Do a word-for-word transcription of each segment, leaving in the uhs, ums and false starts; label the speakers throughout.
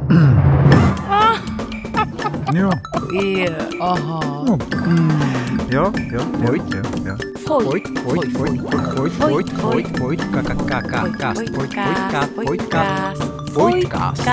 Speaker 1: Jo.
Speaker 2: Je, aha.
Speaker 1: No. Jo, jo, jo, jo, jo.
Speaker 2: Fojt,
Speaker 1: Fojt, fojt, fojt, fojt, fojt, fojt, ka, ka, ka, ka, cast, fojt, fojt, ka, fojt, ka, fojt, cast.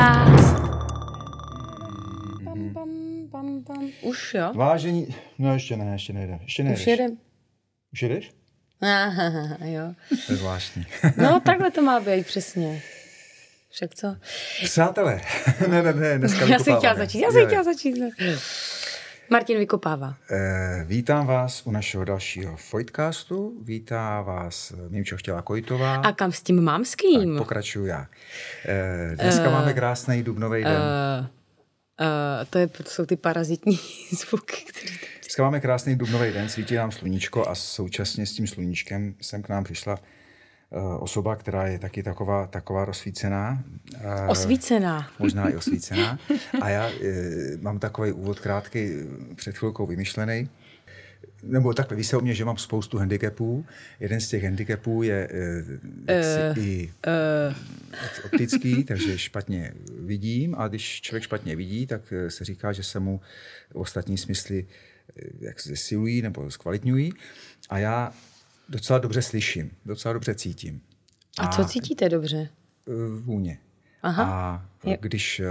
Speaker 2: Pam, pam, pam, pam. Už jo?
Speaker 1: Vážení, no ještě ne, ještě nejde, ještě nejdeš.
Speaker 2: Už jedem.
Speaker 1: Už jedeš?
Speaker 2: Aha, jo.
Speaker 1: To je zvláštní.
Speaker 2: No, takhle to má být přesně. Však co?
Speaker 1: Přátelé, ne, ne, ne, dneska
Speaker 2: Já jsem chtěla
Speaker 1: vykopáváme.
Speaker 2: začít, já jsem chtěla začít. Ne. Martin vykopává.
Speaker 1: Eh, vítám vás u našeho dalšího Fojtcastu. Vítá vás Mimčo Chtěla Kojtová.
Speaker 2: A kam s tím mám s kým?
Speaker 1: Tak pokračuju já. Eh, dneska uh, máme krásný dubnový den.
Speaker 2: Uh, uh, to, je, to jsou ty parazitní zvuky, které...
Speaker 1: Dneska máme krásný dubnový den, svítí nám sluníčko a současně s tím sluníčkem jsem k nám přišla uh, osoba, která je taky taková, taková rozsvícená. Uh,
Speaker 2: Osvícená.
Speaker 1: Možná i osvícená. A já uh, mám takový úvod krátký, před chvilkou vymyšlený. Nebo takhle, ví se o mě, že mám spoustu handicapů. Jeden z těch handicapů je uh, uh, i uh. optický, takže špatně vidím. A když člověk špatně vidí, tak se říká, že se mu ostatní smysly jak se zesilují nebo zkvalitňují. A já docela dobře slyším, docela dobře cítím.
Speaker 2: A, a co cítíte dobře?
Speaker 1: Vůně.
Speaker 2: Aha.
Speaker 1: A
Speaker 2: je.
Speaker 1: když uh,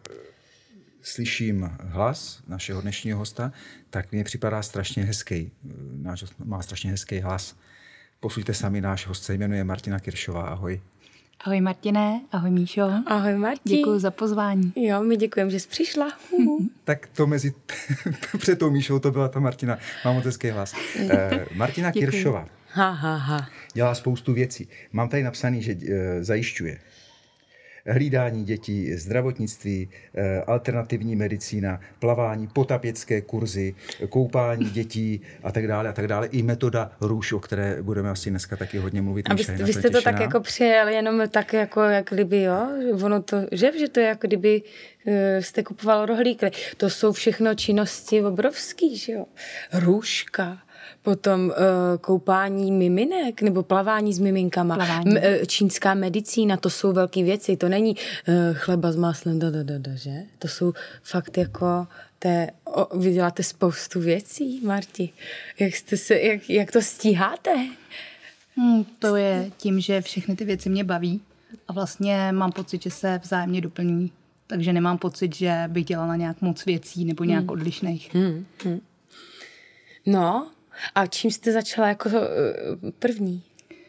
Speaker 1: slyším hlas našeho dnešního hosta, tak mně připadá strašně hezký. Náš host má strašně hezký hlas. Posuďte sami, náš host se jmenuje Martina Kiršová. Ahoj.
Speaker 3: Ahoj Martine, ahoj Míšo.
Speaker 2: Ahoj Martin.
Speaker 3: Děkuji za pozvání.
Speaker 2: Jo, my děkujeme, že jsi přišla.
Speaker 1: Tak to mezi, před tou Míšou to byla ta Martina. Mám moc hezký hlas. Eh, Martina
Speaker 3: Děkuji.
Speaker 1: Kiršová
Speaker 2: Ha, ha, ha.
Speaker 1: dělá spoustu věcí. Mám tady napsaný, že eh, zajišťuje hlídání dětí, zdravotnictví, eh, alternativní medicína, plavání, potapěcké kurzy, koupání dětí a tak dále a tak dále. I metoda růž, o které budeme asi dneska taky hodně mluvit.
Speaker 2: A vy, vy jste to tak jako přijeli jenom tak jako jak kdyby, jo? Ono to, že? Že to je jako kdyby uh, jste kupoval rohlíky. To jsou všechno činnosti obrovský, že jo? Růžka. Potom uh, koupání miminek nebo plavání s miminkama.
Speaker 3: Plavání.
Speaker 2: M, čínská medicína, to jsou velké věci. To není uh, chleba s máslem, da, da, da, da, že? To jsou fakt jako... Té, o, vy děláte spoustu věcí, Marti. Jak, jste se, jak, jak to stíháte?
Speaker 3: Hmm, to je tím, že všechny ty věci mě baví a vlastně mám pocit, že se vzájemně doplňují. Takže nemám pocit, že bych dělala nějak moc věcí nebo nějak hmm. odlišných.
Speaker 2: Hmm, hmm. No... A čím jste začala jako první?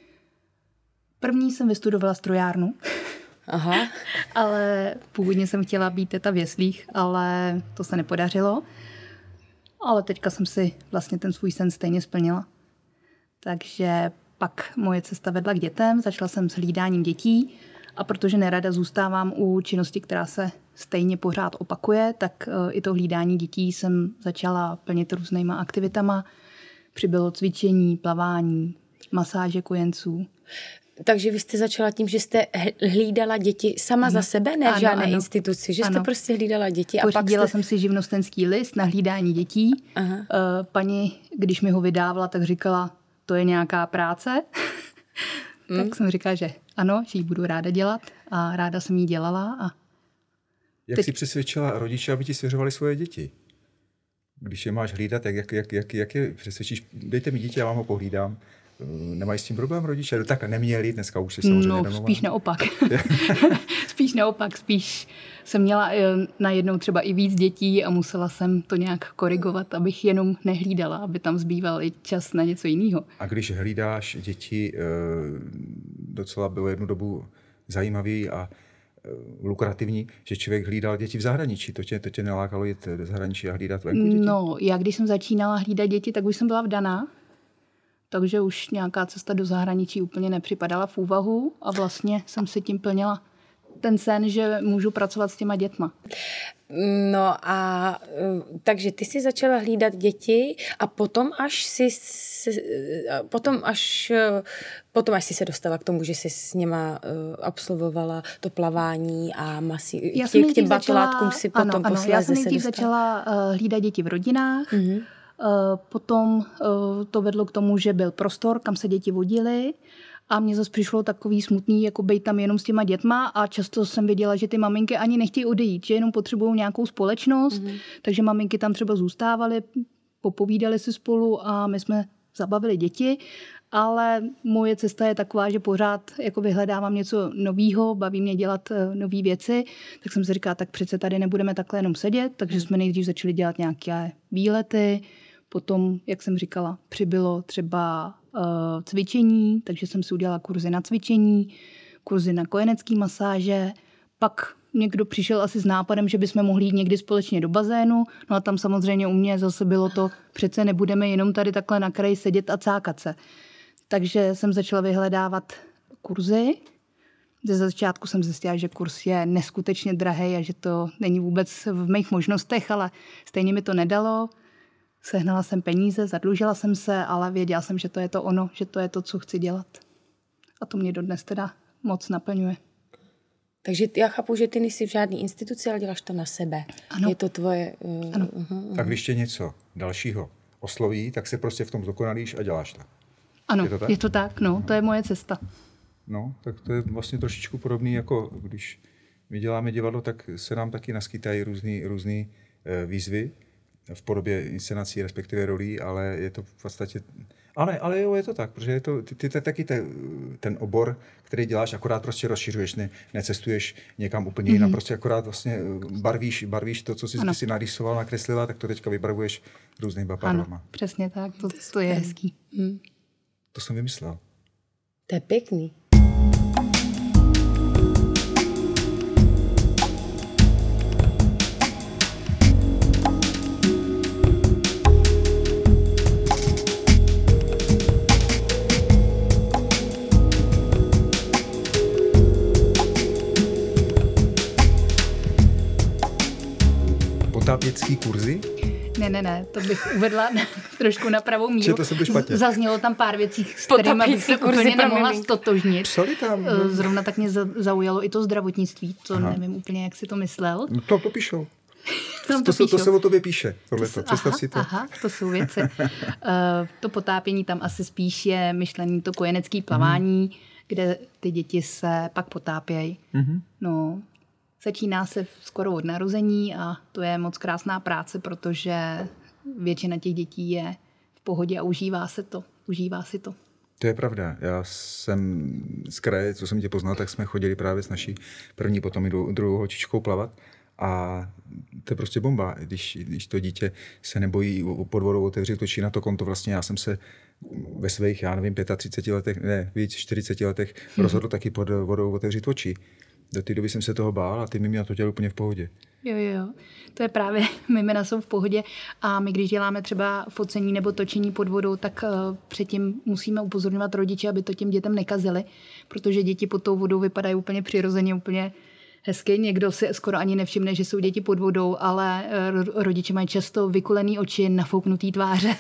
Speaker 3: První jsem vystudovala strojárnu.
Speaker 2: Aha.
Speaker 3: Ale původně jsem chtěla být teta v jeslích, ale to se nepodařilo. Ale teďka jsem si vlastně ten svůj sen stejně splnila. Takže pak moje cesta vedla k dětem, začala jsem s hlídáním dětí a protože nerada zůstávám u činnosti, která se stejně pořád opakuje, tak i to hlídání dětí jsem začala plnit různýma aktivitama. Přibylo cvičení, plavání, masáže kojenců.
Speaker 2: Takže vy jste začala tím, že jste hlídala děti sama ano. za sebe, ne v žádné ano. instituci, že ano. jste prostě hlídala děti.
Speaker 3: Pořídila
Speaker 2: a pak jste...
Speaker 3: jsem si živnostenský list na hlídání dětí. Aha. Paní, když mi ho vydávala, tak říkala, to je nějaká práce. Hmm. Tak jsem říkala, že ano, že ji budu ráda dělat a ráda jsem ji dělala. A
Speaker 1: jak teď... jsi přesvědčila rodiče, aby ti svěřovali svoje děti? Když je máš hlídat, jak, jak, jak, jak, jak je přesvědčíš, dejte mi dítě, já vám ho pohlídám. Nemají s tím problém rodiče? Tak neměli, dneska už si samozřejmě
Speaker 3: No,
Speaker 1: domluvala.
Speaker 3: spíš naopak. spíš naopak, spíš jsem měla najednou třeba i víc dětí a musela jsem to nějak korigovat, abych jenom nehlídala, aby tam zbýval i čas na něco jiného.
Speaker 1: A když hlídáš děti, docela bylo jednu dobu zajímavý a lukrativní, že člověk hlídal děti v zahraničí. To tě, to tě nelákalo jít do zahraničí a hlídat venku děti?
Speaker 3: No, já když jsem začínala hlídat děti, tak už jsem byla vdaná. Takže už nějaká cesta do zahraničí úplně nepřipadala v úvahu a vlastně jsem si tím plnila ten sen, že můžu pracovat s těma dětma.
Speaker 2: No a takže ty jsi začala hlídat děti a potom až si potom až, potom až si se dostala k tomu, že jsi s něma absolvovala to plavání a masí,
Speaker 3: já
Speaker 2: tě, k těm batolátkům si
Speaker 3: ano,
Speaker 2: potom
Speaker 3: ano,
Speaker 2: posléze
Speaker 3: já jsem
Speaker 2: se
Speaker 3: nejdřív
Speaker 2: dostala.
Speaker 3: začala hlídat děti v rodinách, mm-hmm. potom to vedlo k tomu, že byl prostor, kam se děti vodily A mně zase přišlo takový smutný, jako bejt tam jenom s těma dětma a často jsem viděla, že ty maminky ani nechtějí odejít, že jenom potřebují nějakou společnost, mm-hmm. takže maminky tam třeba zůstávaly, popovídali si spolu a my jsme zabavili děti, ale moje cesta je taková, že pořád jako vyhledávám něco novýho, baví mě dělat nové věci, tak jsem si říkala, tak přece tady nebudeme takhle jenom sedět, takže jsme nejdřív začali dělat nějaké výlety, potom, jak jsem říkala, přibylo třeba uh, cvičení, takže jsem si udělala kurzy na cvičení, kurzy na kojenecké masáže, pak někdo přišel asi s nápadem, že bychom mohli jít někdy společně do bazénu, no a tam samozřejmě u mě zase bylo to, přece nebudeme jenom tady takhle na kraji sedět a cákat se. Takže jsem začala vyhledávat kurzy. Ze začátku jsem zjistila, že kurz je neskutečně drahý a že to není vůbec v mých možnostech, ale stejně mi to nedalo. Sehnala jsem peníze, zadlužila jsem se, ale věděla jsem, že to je to ono, že to je to, co chci dělat. A to mě dodnes teda moc naplňuje.
Speaker 2: Takže já chápu, že ty nejsi v žádné instituci, ale děláš to na sebe.
Speaker 3: Ano.
Speaker 2: Je to tvoje... Uh,
Speaker 3: ano.
Speaker 2: Uh, uh.
Speaker 1: Tak když tě něco dalšího osloví, tak se prostě v tom zdokonalíš a děláš to.
Speaker 3: Ano,
Speaker 1: je to tak,
Speaker 3: je to tak no, to je moje cesta.
Speaker 1: No, tak to je vlastně trošičku podobný, jako když my děláme divadlo, tak se nám taky naskytají různý, různý výzvy v podobě inscenací, respektive rolí, ale je to v podstatě... Ale, ale jo, je to tak, protože je to, ty, ty, ty taky te, ten obor, který děláš, akorát prostě rozšiřuješ, ne, necestuješ někam úplně jinam, mm-hmm. prostě akorát vlastně barvíš, barvíš to, co jsi, ty si narýsoval, nakreslila, tak to teďka vybarvuješ různýma barvama.
Speaker 3: Ano, přesně tak, to, to je hezký.
Speaker 2: Hmm.
Speaker 1: To jsem vymyslel.
Speaker 2: To je pěkný.
Speaker 1: Potápěcký kurzy?
Speaker 3: Ne, ne, ne, to bych uvedla trošku na pravou míru.
Speaker 1: To jsem to špatně.
Speaker 3: Zaznělo tam pár věcí, s kterými bych se úplně nemohla stotožnit.
Speaker 1: Psali tam.
Speaker 3: Zrovna tak mě zaujalo i to zdravotnictví, to Aha. nevím úplně, jak si to myslel.
Speaker 1: No to, to píšou.
Speaker 3: To,
Speaker 1: to, to, to se o tobě píše, tohleto. Představ
Speaker 3: aha,
Speaker 1: si to.
Speaker 3: Aha, to jsou věci. uh, to potápění tam asi spíš je myšlení to kojenecké plavání, mm. kde ty děti se pak potápějí. Mm-hmm. No, začíná se skoro od narození a to je moc krásná práce, protože většina těch dětí je v pohodě a užívá se to. Užívá si to.
Speaker 1: To je pravda. Já jsem z kraje, co jsem tě poznal, tak jsme chodili právě s naší první, potom i druhou holčičkou plavat. A to je prostě bomba, když, když to dítě se nebojí pod vodou otevřít oči na to konto. Vlastně já jsem se ve svých, já nevím, třicet pět letech, ne, víc, čtyřicet letech hmm. rozhodl taky pod vodou otevřít oči. Do té doby jsem se toho bál a ty mimina to dělali úplně v pohodě.
Speaker 3: Jo, jo, jo. To je právě, mimina jsou v pohodě a my, když děláme třeba focení nebo točení pod vodou, tak uh, předtím musíme upozorňovat rodiče, aby to těm dětem nekazili, protože děti pod tou vodou vypadají úplně přirozeně, úplně hezky. Někdo si skoro ani nevšimne, že jsou děti pod vodou, ale uh, rodiče mají často vykulený oči, nafouknutý tváře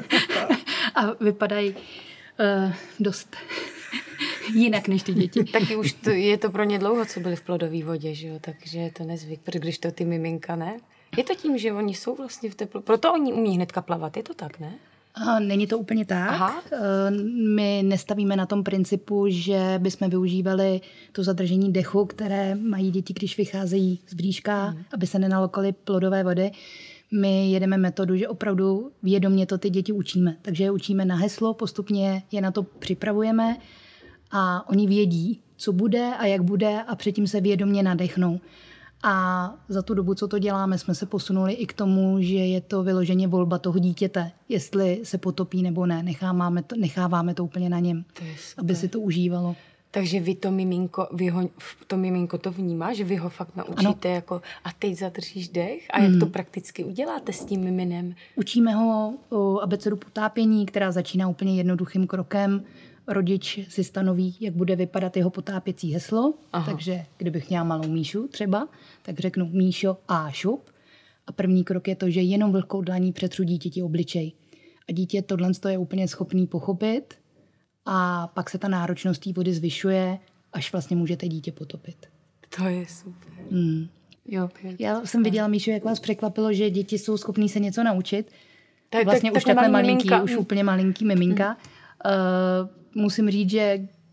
Speaker 3: a vypadají uh, dost... jinak než ty děti.
Speaker 2: Taky už to, je to pro ně dlouho, co byli v plodové vodě, že jo? Takže je to nezvyk, protože když to ty miminka, ne? Je to tím, že oni jsou vlastně v teplo, proto oni umí hnedka plavat, je to tak, ne?
Speaker 3: A není to úplně tak. Aha. My nestavíme na tom principu, že bychom využívali to zadržení dechu, které mají děti, když vycházejí z bříška, hmm. aby se nenalokaly plodové vody. My jedeme metodu, že opravdu vědomě to ty děti učíme. Takže je učíme na heslo, postupně je na to připravujeme a oni vědí, co bude a jak bude a předtím se vědomě nadechnou. A za tu dobu, co to děláme, jsme se posunuli i k tomu, že je to vyloženě volba toho dítěte, jestli se potopí nebo ne. Necháváme to, necháváme to úplně na něm, to aby si to užívalo.
Speaker 2: Takže vy to miminko, vy ho, to miminko to vnímá, že vy ho fakt naučíte jako a teď zadržíš dech a jak hmm. to prakticky uděláte s tím miminem?
Speaker 3: Učíme ho o abecedu potápění, která začíná úplně jednoduchým krokem. Rodič si stanoví, jak bude vypadat jeho potápěcí heslo. Aha. Takže kdybych měla malou Míšu třeba, tak řeknu Míšo a šup. A první krok je to, že jenom vlhkou dlaní přetřu dítěti obličej. A dítě tohle je úplně schopný pochopit a pak se ta náročnost té vody zvyšuje, až vlastně můžete dítě potopit.
Speaker 2: To je super.
Speaker 3: Hmm. Jo. Já jsem viděla, Míšo, jak vás překvapilo, že děti jsou schopný se něco naučit. Tak, vlastně tak, už takhle malinký, miminka. Už úplně malinký miminka. Hmm. Uh, musím říct, že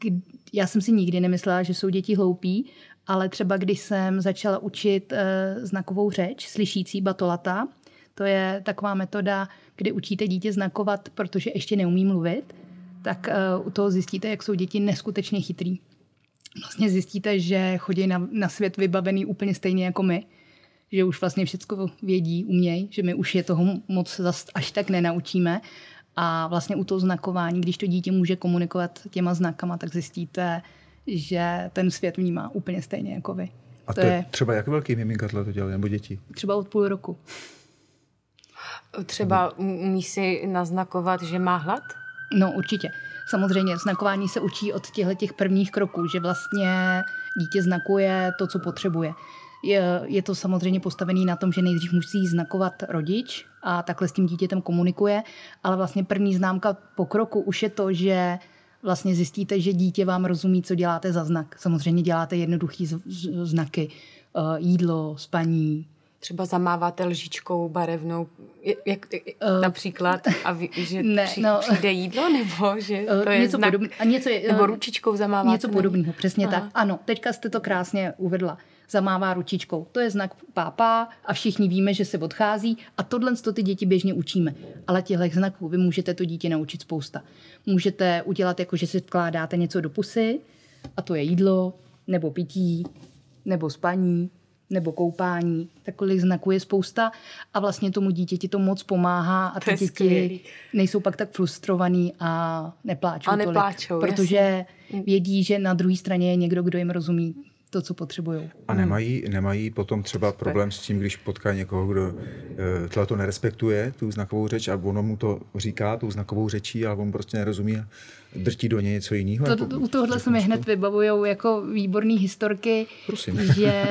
Speaker 3: já jsem si nikdy nemyslela, že jsou děti hloupí, ale třeba když jsem začala učit uh, znakovou řeč, slyšící batolata, to je taková metoda, kdy učíte dítě znakovat, protože ještě neumí mluvit, tak uh, u toho zjistíte, jak jsou děti neskutečně chytrý. Vlastně zjistíte, že chodí na, na svět vybavený úplně stejně jako my, že už vlastně všecko vědí, umějí, že my už je toho moc zas až tak nenaučíme. A vlastně u toho znakování, když to dítě může komunikovat těma znakama, tak zjistíte, že ten svět vnímá úplně stejně jako vy.
Speaker 1: A to, to je třeba jak velký miminkatla to dělají, nebo děti?
Speaker 3: Třeba od půl roku.
Speaker 2: Třeba umí si naznakovat, že má hlad?
Speaker 3: No určitě. Samozřejmě znakování se učí od těchto prvních kroků, že vlastně dítě znakuje to, co potřebuje. Je, je to samozřejmě postavený na tom, že nejdřív musí znakovat rodič a takhle s tím dítětem komunikuje, ale vlastně první známka po kroku už je to, že vlastně zjistíte, že dítě vám rozumí, co děláte za znak. Samozřejmě děláte jednoduchý z, z, znaky. Uh, jídlo, spaní.
Speaker 2: Třeba zamáváte lžičkou barevnou, jak, uh, například, a ví, že
Speaker 3: ne,
Speaker 2: při,
Speaker 3: no,
Speaker 2: přijde jídlo, nebo že to je
Speaker 3: něco
Speaker 2: znak,
Speaker 3: podobný, a něco je,
Speaker 2: nebo ručičkou zamáváte?
Speaker 3: Něco podobného, přesně
Speaker 2: Aha.
Speaker 3: tak. Ano, teďka jste to krásně uvedla. Zamává ručičkou. To je znak pápá a všichni víme, že se odchází a tohle to ty děti běžně učíme. Ale těchto znaků vy můžete to dítě naučit spousta. Můžete udělat jako, že si vkládáte něco do pusy a to je jídlo, nebo pití, nebo spaní, nebo koupání. Takových znaků je spousta a vlastně tomu dítěti to moc pomáhá a ty děti
Speaker 2: skvělý.
Speaker 3: Nejsou pak tak frustrovaný a nepláčou,
Speaker 2: a nepláčou
Speaker 3: tolik, protože vědí, že na druhé straně je někdo, kdo jim rozumí to, co potřebují.
Speaker 1: A nemají, nemají potom třeba problém s tím, když potká někoho, kdo uh, to nerespektuje, tu znakovou řeč, a ono mu to říká, tu znakovou řečí, ale on prostě nerozumí a drtí do něj něco jiného.
Speaker 3: To, jako, u tohohle se mi hned vybavujou jako výborný historky, že,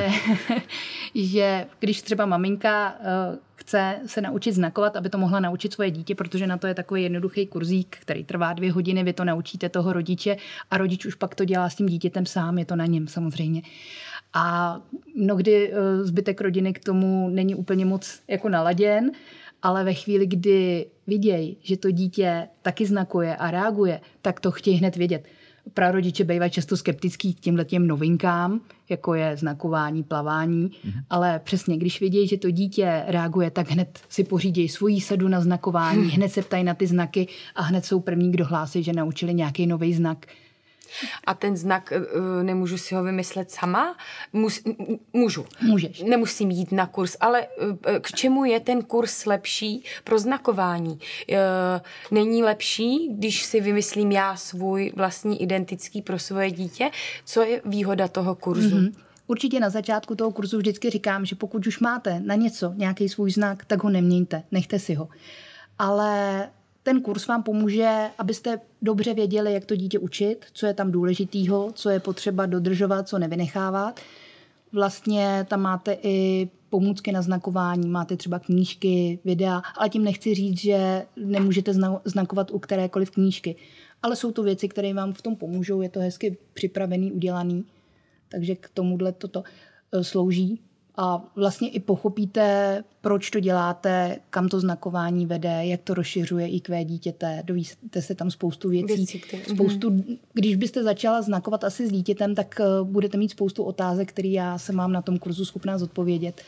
Speaker 3: že když třeba maminka uh, chce se naučit znakovat, aby to mohla naučit svoje dítě, protože na to je takový jednoduchý kurzík, který trvá dvě hodiny, vy to naučíte toho rodiče a rodič už pak to dělá s tím dítětem sám, je to na něm samozřejmě. A mnohdy uh, zbytek rodiny k tomu není úplně moc jako naladěn, ale ve chvíli, kdy vidějí, že to dítě taky znakuje a reaguje, tak to chtějí hned vědět. Prarodiče bývají často skeptický k těmhletěm novinkám, jako je znakování, plavání, mm-hmm. ale přesně, když vidějí, že to dítě reaguje, tak hned si pořídějí svoji sadu na znakování, hned se ptají na ty znaky a hned jsou první, kdo hlásí, že naučili nějaký nový znak.
Speaker 2: A ten znak, nemůžu si ho vymyslet sama? Mus, můžu.
Speaker 3: Můžeš.
Speaker 2: Nemusím jít na kurz, ale k čemu je ten kurz lepší pro znakování? Není lepší, když si vymyslím já svůj vlastní identický pro svoje dítě? Co je výhoda toho kurzu? Mm-hmm.
Speaker 3: Určitě na začátku toho kurzu vždycky říkám, že pokud už máte na něco nějaký svůj znak, tak ho neměňte, nechte si ho. Ale ten kurz vám pomůže, abyste dobře věděli, jak to dítě učit, co je tam důležitýho, co je potřeba dodržovat, co nevynechávat. Vlastně tam máte i pomůcky na znakování, máte třeba knížky, videa, ale tím nechci říct, že nemůžete znakovat u kterékoliv knížky. Ale jsou to věci, které vám v tom pomůžou, je to hezky připravený, udělaný, takže k tomuhle toto slouží. A vlastně i pochopíte, proč to děláte, kam to znakování vede, jak to rozšiřuje í kvé dítěte, dovíte se tam spoustu věcí.
Speaker 2: věcí které...
Speaker 3: spoustu, když byste začala znakovat asi s dítětem, tak budete mít spoustu otázek, které já se mám na tom kurzu schopná zodpovědět.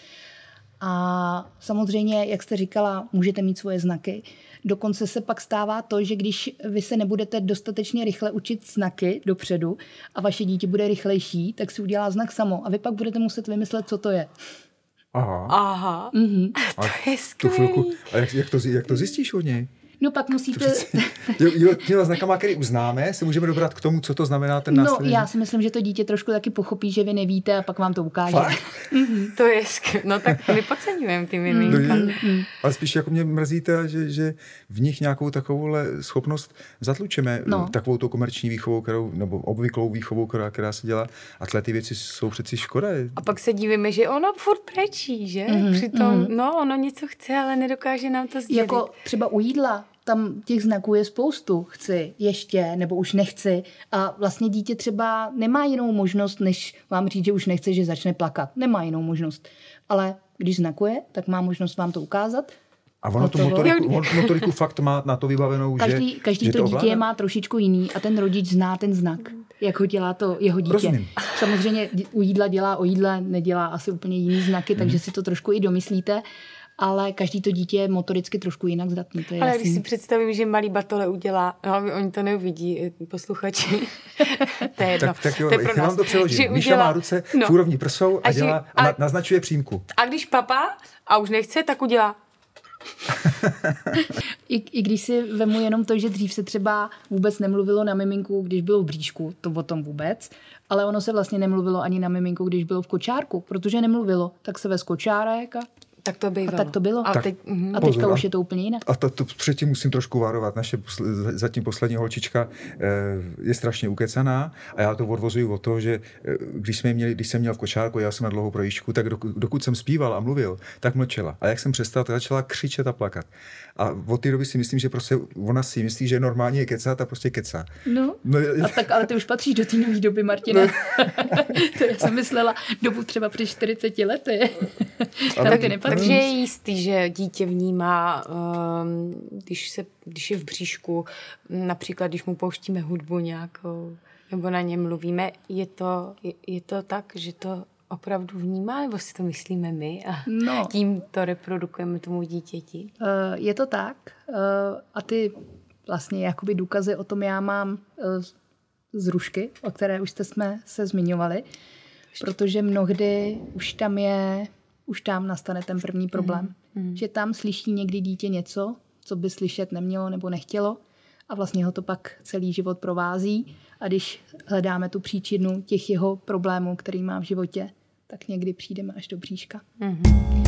Speaker 3: A samozřejmě, jak jste říkala, můžete mít svoje znaky. Dokonce se pak stává to, že když vy se nebudete dostatečně rychle učit znaky dopředu a vaše dítě bude rychlejší, tak si udělá znak samo a vy pak budete muset vymyslet, co to je.
Speaker 1: Aha.
Speaker 2: Aha.
Speaker 3: Mm-hmm.
Speaker 2: To je skvělý.
Speaker 1: A jak, jak, to, jak to zjistíš od něj?
Speaker 3: No pak musíte...
Speaker 1: Těma znakama, který uznáme, se můžeme dobrat k tomu, co to znamená ten následný.
Speaker 3: No já si myslím, že to dítě trošku taky pochopí, že vy nevíte a pak vám to ukáže.
Speaker 2: Mm-hmm. To je skvělé. No tak my podceňujeme ty miminka.
Speaker 1: Mm-hmm. Ale spíš jako mě mrzíte, že, že v nich nějakou takovouhle schopnost zatlučeme, no. Takovou tu komerční výchovou, kterou, nebo obvyklou výchovou, která, která se dělá. A tyhle ty věci jsou přeci škoda.
Speaker 2: A pak se dívíme, že ono furt prečí, že? Mm-hmm. Přitom, no ono něco chce, ale nedokáže nám to sdělit.
Speaker 3: Jako třeba u jídla. Tam těch znaků je spoustu. Chci ještě, nebo už nechci. A vlastně dítě třeba nemá jinou možnost, než vám říct, že už nechce, že začne plakat. Nemá jinou možnost. Ale když znakuje, tak má možnost vám to ukázat
Speaker 1: A ono tu motoriku, motoriku fakt má na to vybavenou,
Speaker 3: každý,
Speaker 1: že
Speaker 3: Každý
Speaker 1: že
Speaker 3: to,
Speaker 1: to
Speaker 3: dítě
Speaker 1: ovládá.
Speaker 3: má trošičku jiný a ten rodič zná ten znak, jak ho dělá to jeho dítě.
Speaker 1: Rozumím.
Speaker 3: Samozřejmě u jídla dělá o jídle, nedělá asi úplně jiný znaky, mm. takže si to trošku i domyslíte. Ale každý to dítě je motoricky trošku jinak zdatný. To je
Speaker 2: ale
Speaker 3: jasný.
Speaker 2: když si představím, že malý batole udělá, no, oni to neuvidí, posluchači. To je jedno.
Speaker 1: Tak, tak jo,
Speaker 2: to je pro
Speaker 1: já vám
Speaker 2: nás.
Speaker 1: to přeložím.
Speaker 2: Že
Speaker 1: Míša
Speaker 2: udělá-
Speaker 1: má ruce
Speaker 2: no.
Speaker 1: v úrovni prsou a,
Speaker 2: A že-
Speaker 1: dělá,
Speaker 2: a-
Speaker 1: a naznačuje přímku.
Speaker 2: A když papá a už nechce, tak udělá.
Speaker 3: I, I když si vemu jenom to, že dřív se třeba vůbec nemluvilo na miminku, když bylo v bříšku, to o tom vůbec, ale ono se vlastně nemluvilo ani na miminku, když bylo v kočárku, protože nemluvilo, tak se vez kočárek a,
Speaker 2: Tak to bývalo.
Speaker 3: a tak to bylo.
Speaker 2: A,
Speaker 1: Tak.
Speaker 2: teď, mhm.
Speaker 3: A teďka
Speaker 1: Pozor,
Speaker 3: už je to úplně jinak.
Speaker 1: A to, to předtím musím trošku varovat. Naše posl- zatím poslední holčička eh, je strašně ukecaná a já to odvozuju od toho, že eh, když, jsme měli, když jsem měl v kočárku, já jsem na dlouhou projížďku, tak dokud, dokud jsem zpíval a mluvil, tak mlčela. A jak jsem přestal, tak začala křičet a plakat. A od té doby si myslím, že prostě ona si myslí, že normálně je kecat a prostě kecá.
Speaker 3: No,
Speaker 1: No,
Speaker 3: a tak, ale ty už patříš do té nové doby, Martina. To já jsem myslela dobu třeba před čtyřiceti lety. Tam
Speaker 1: Ale-
Speaker 3: ty nepatříš.
Speaker 2: Takže je jistý, že dítě vnímá, um, když, se, když je v bříšku, například když mu pouštíme hudbu nějakou, nebo na něm mluvíme, je to, je, je to tak, že to opravdu vnímá, nebo si to myslíme my a
Speaker 3: No.
Speaker 2: tím to reprodukujeme tomu dítěti?
Speaker 3: Uh, je to tak. Uh, a ty vlastně jakoby důkazy o tom já mám uh, z Rušky, o které už jste jsme se zmiňovali, protože mnohdy už tam je, už tam nastane ten první problém. Mm. Že tam slyší někdy dítě něco, co by slyšet nemělo nebo nechtělo a vlastně ho to pak celý život provází a když hledáme tu příčinu těch jeho problémů, který má v životě, tak někdy přijdeme až do bříška.
Speaker 2: Mm-hmm.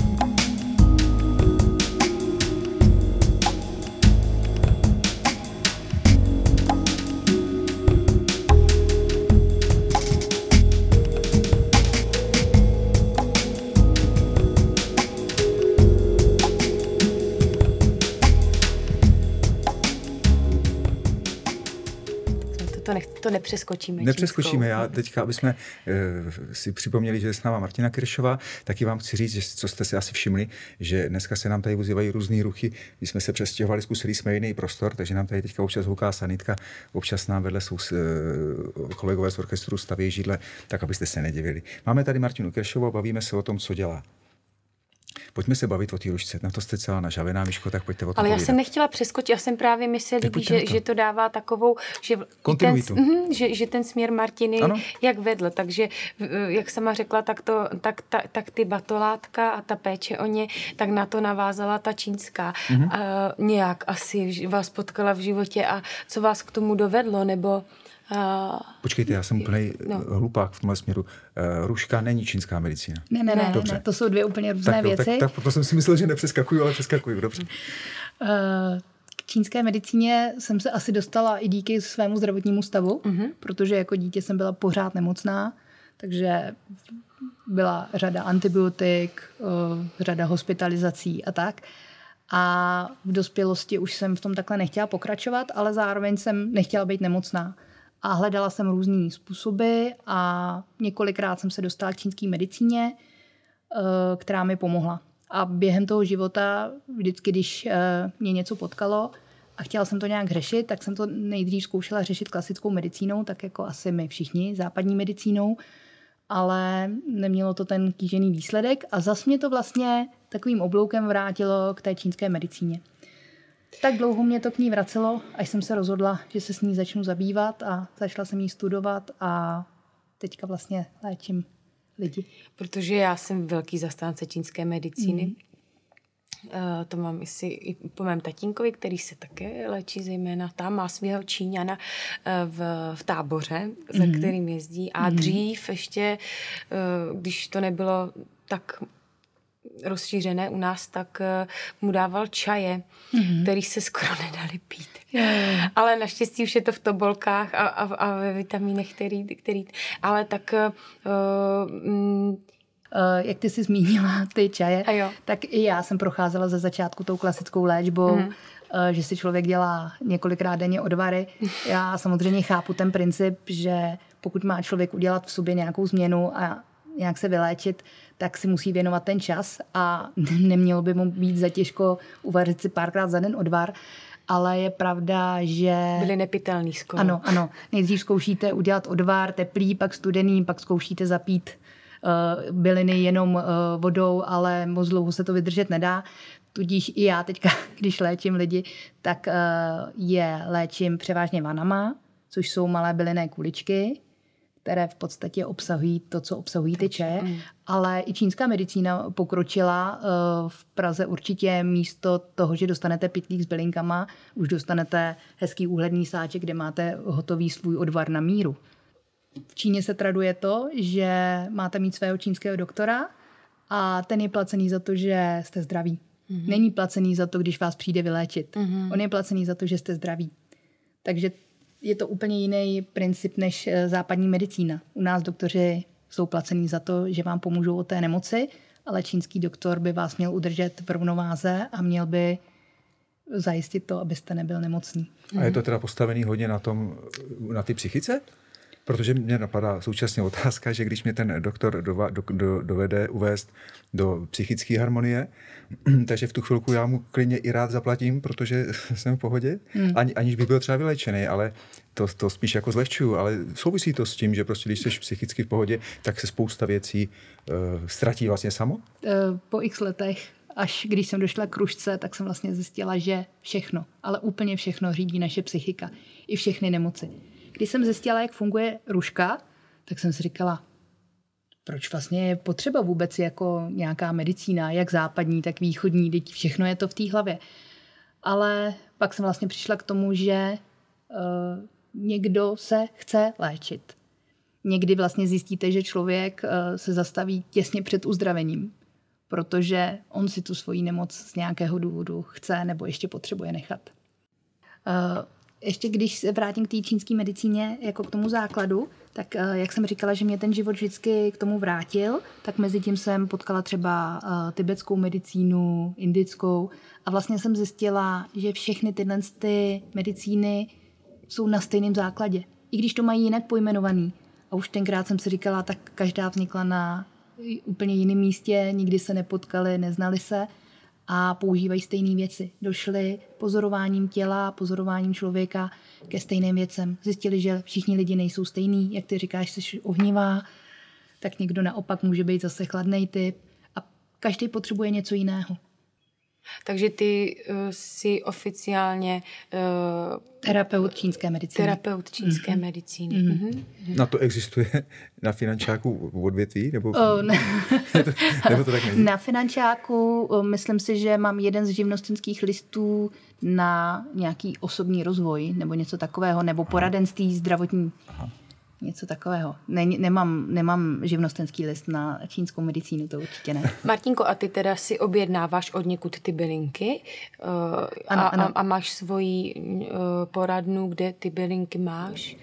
Speaker 2: To, nech, to nepřeskočíme.
Speaker 1: Nepřeskočíme. Já teďka, aby jsme uh, si připomněli, že je s náma Martina Kiršová, taky vám chci říct, že, co jste si asi všimli, že dneska se nám tady ozývají různý ruchy. Když jsme se přestěhovali, zkusili jsme jiný prostor, takže nám tady teďka občas houká sanitka, občas nám vedle jsou uh, kolegové z orchestru staví židle, tak abyste se nedivili. Máme tady Martinu Kiršovou, bavíme se o tom, co dělá. Pojďme se bavit o té Rušce. Na to jste celá nažavená, Miško, tak pojďte o tom
Speaker 2: Ale já
Speaker 1: povídat.
Speaker 2: jsem nechtěla přeskočit, já jsem právě myslela, že,
Speaker 1: to.
Speaker 2: že to dává takovou, že ten, mm, že, že ten směr Martiny, ano. Jak vedl, takže jak sama řekla, tak, to, tak, ta, tak ty batolátka a ta péče o ně, tak na to navázala ta čínská. Mm-hmm. Uh, nějak asi vás potkala v životě a co vás k tomu dovedlo, nebo... Uh,
Speaker 1: Počkejte, já jsem úplnej
Speaker 2: no.
Speaker 1: hlupák v tomhle směru. Uh, Ruška není čínská medicína.
Speaker 3: Ne, ne, ne, ne, to jsou dvě úplně různé
Speaker 1: tak,
Speaker 3: věci.
Speaker 1: Tak, tak proto jsem si myslel, že nepřeskakuju, ale přeskakuju, dobře.
Speaker 3: Uh, k čínské medicíně jsem se asi dostala i díky svému zdravotnímu stavu, uh-huh. protože jako dítě jsem byla pořád nemocná, takže byla řada antibiotik, uh, řada hospitalizací a tak. A v dospělosti už jsem v tom takhle nechtěla pokračovat, ale zároveň jsem nechtěla být nemocná. A hledala jsem různý způsoby a několikrát jsem se dostala k čínské medicíně, která mi pomohla. A během toho života, vždycky, když mě něco potkalo a chtěla jsem to nějak řešit, tak jsem to nejdřív zkoušela řešit klasickou medicínou, tak jako asi my všichni, západní medicínou, ale nemělo to ten kýžený výsledek a zas mě to vlastně takovým obloukem vrátilo k té čínské medicíně. Tak dlouho mě to k ní vracelo, až jsem se rozhodla, že se s ní začnu zabývat a začala jsem jí studovat a teďka vlastně léčím lidi.
Speaker 2: Protože já jsem velký zastánce čínské medicíny. Mm. Uh, to mám i, i po mém tatínkovi, který se také léčí zejména tam, má svého Číňana uh, v, v Táboře, mm. za kterým jezdí. A mm. dřív ještě, uh, když to nebylo tak rozšířené u nás, tak uh, mu dával čaje, mm-hmm. který se skoro nedali pít. Yeah. Ale naštěstí už je to v tobolkách a, a, a ve vitamínech, který, který... Ale tak... Uh, mm,
Speaker 3: jak ty jsi zmínila ty čaje, tak i já jsem procházela ze začátku tou klasickou léčbou, mm. že si člověk dělá několikrát denně odvary. Já samozřejmě chápu ten princip, že pokud má člověk udělat v sobě nějakou změnu a nějak se vyléčit, tak si musí věnovat ten čas a nemělo by mu být za těžko uvařit si párkrát za den odvar, ale je pravda, že...
Speaker 2: Byli nepitelný skoro.
Speaker 3: Ano, ano. Nejdřív zkoušíte udělat odvar teplý, pak studený, pak zkoušíte zapít uh, byliny jenom uh, vodou, ale moc dlouho se to vydržet nedá. Tudíž i já teďka, když léčím lidi, tak uh, je léčím převážně vanama, což jsou malé bylinné kuličky, které v podstatě obsahují to, co obsahují ty čaje, mm. ale i čínská medicína pokročila. V Praze určitě místo toho, že dostanete pytlík s bylinkama, už dostanete hezký úhledný sáček, kde máte hotový svůj odvar na míru. V Číně se traduje to, že máte mít svého čínského doktora a ten je placený za to, že jste zdraví. Mm. Není placený za to, když vás přijde vyléčit. Mm. On je placený za to, že jste zdraví. Takže je to úplně jiný princip než západní medicína. U nás doktoři jsou placení za to, že vám pomůžou od té nemoci, ale čínský doktor by vás měl udržet v rovnováze a měl by zajistit to, abyste nebyl nemocný.
Speaker 1: A je to teda postavený hodně na tom, na ty psychice? Protože mě napadá současně otázka, že když mě ten doktor dova, do, do, dovede uvést do psychické harmonie, takže v tu chvilku já mu klidně i rád zaplatím, protože jsem v pohodě, hmm. Ani, aniž bych byl třeba vylečený, ale to, to spíš jako zlehčuju, ale souvisí to s tím, že prostě když jsi psychicky v pohodě, tak se spousta věcí uh, ztratí vlastně samo?
Speaker 3: Po x letech, až když jsem došla k rušce, tak jsem vlastně zjistila, že všechno, ale úplně všechno řídí naše psychika. I všechny nemoci. Když jsem zjistila, jak funguje ruška, tak jsem si říkala, proč vlastně je potřeba vůbec jako nějaká medicína, jak západní, tak východní, teď všechno je to v té hlavě. Ale pak jsem vlastně přišla k tomu, že uh, někdo se chce léčit. Někdy vlastně zjistíte, že člověk uh, se zastaví těsně před uzdravením, protože on si tu svoji nemoc z nějakého důvodu chce nebo ještě potřebuje nechat. Uh, Ještě když se vrátím k té čínské medicíně jako k tomu základu, tak jak jsem říkala, že mě ten život vždycky k tomu vrátil, tak mezi tím jsem potkala třeba tibetskou medicínu, indickou a vlastně jsem zjistila, že všechny tyhle ty medicíny jsou na stejném základě. I když to mají jinak pojmenovaný. A už tenkrát jsem si říkala, tak každá vznikla na úplně jiném místě, nikdy se nepotkali, neznali se. A používají stejné věci. Došli pozorováním těla, pozorováním člověka ke stejným věcem. Zjistili, že všichni lidi nejsou stejný. Jak ty říkáš, jsi ohnivá, tak někdo naopak může být zase chladnej typ. A každý potřebuje něco jiného.
Speaker 2: Takže ty uh, jsi oficiálně uh,
Speaker 3: terapeut čínské medicíny.
Speaker 2: Terapeut čínské mm-hmm. medicíny.
Speaker 3: Mm-hmm.
Speaker 1: Na to existuje na finančáku odvětví? Nebo,
Speaker 3: oh, ne.
Speaker 1: nebo to tak není?
Speaker 3: Na finančáku myslím si, že mám jeden z živnostenských listů na nějaký osobní rozvoj nebo něco takového, nebo poradenství zdravotní. Aha. Něco takového. Ne, nemám, nemám živnostenský list na čínskou medicínu, to určitě ne.
Speaker 2: Martinko, a ty teda si objednáváš od někud ty bylinky uh,
Speaker 3: ano,
Speaker 2: a,
Speaker 3: ano.
Speaker 2: A, a máš svoji uh, poradnu, kde ty bylinky máš?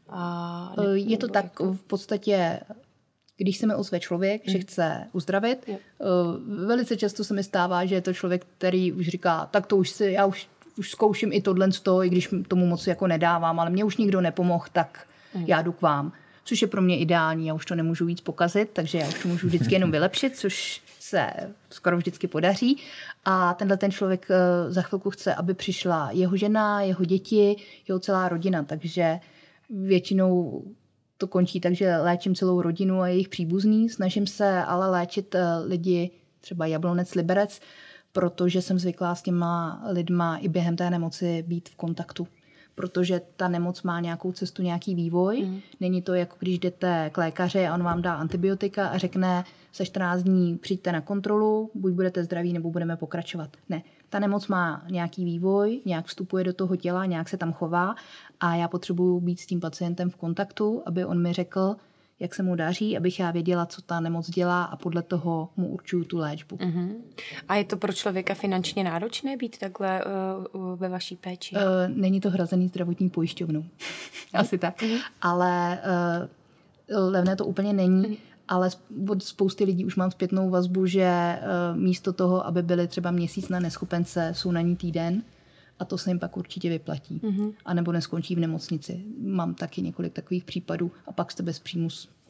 Speaker 2: A
Speaker 3: uh, je to tak v podstatě, když se mi ozve člověk, mm. že chce uzdravit, uh, velice často se mi stává, že je to člověk, který už říká, tak to už si, já už, už zkouším i tohle z toho, i když tomu moc jako nedávám, ale mě už nikdo nepomohl, tak já jdu k vám, což je pro mě ideální, já už to nemůžu víc pokazit, takže já už to můžu vždycky jenom vylepšit, což se skoro vždycky podaří. A tenhle ten člověk za chvilku chce, aby přišla jeho žena, jeho děti, jeho celá rodina, takže většinou to končí tak, že léčím celou rodinu a jejich příbuzný. Snažím se ale léčit lidi, třeba Jablonec, Liberec, protože jsem zvyklá s těma lidma i během té nemoci být v kontaktu. Protože ta nemoc má nějakou cestu, nějaký vývoj. Mm. Není to jako když jdete k lékaři a on vám dá antibiotika a řekne se čtrnáct dní přijďte na kontrolu, buď budete zdraví, nebo budeme pokračovat. Ne, ta nemoc má nějaký vývoj, nějak vstupuje do toho těla, nějak se tam chová a já potřebuju být s tím pacientem v kontaktu, aby on mi řekl, jak se mu daří, abych já věděla, co ta nemoc dělá a podle toho mu určuju tu léčbu.
Speaker 2: Uh-huh. A je to pro člověka finančně náročné být takhle uh, ve vaší péči?
Speaker 3: Uh, není to hrazený zdravotní pojišťovnou. Asi tak. Uh-huh. Ale uh, levné to úplně není, uh-huh. ale od spousty lidí už mám zpětnou vazbu, že uh, místo toho, aby byli třeba měsíc na neschopence, jsou na ní týden a to se jim pak určitě vyplatí. Uh-huh. A nebo neskončí v nemocnici. Mám taky několik takových případů a pak jste bez příjmu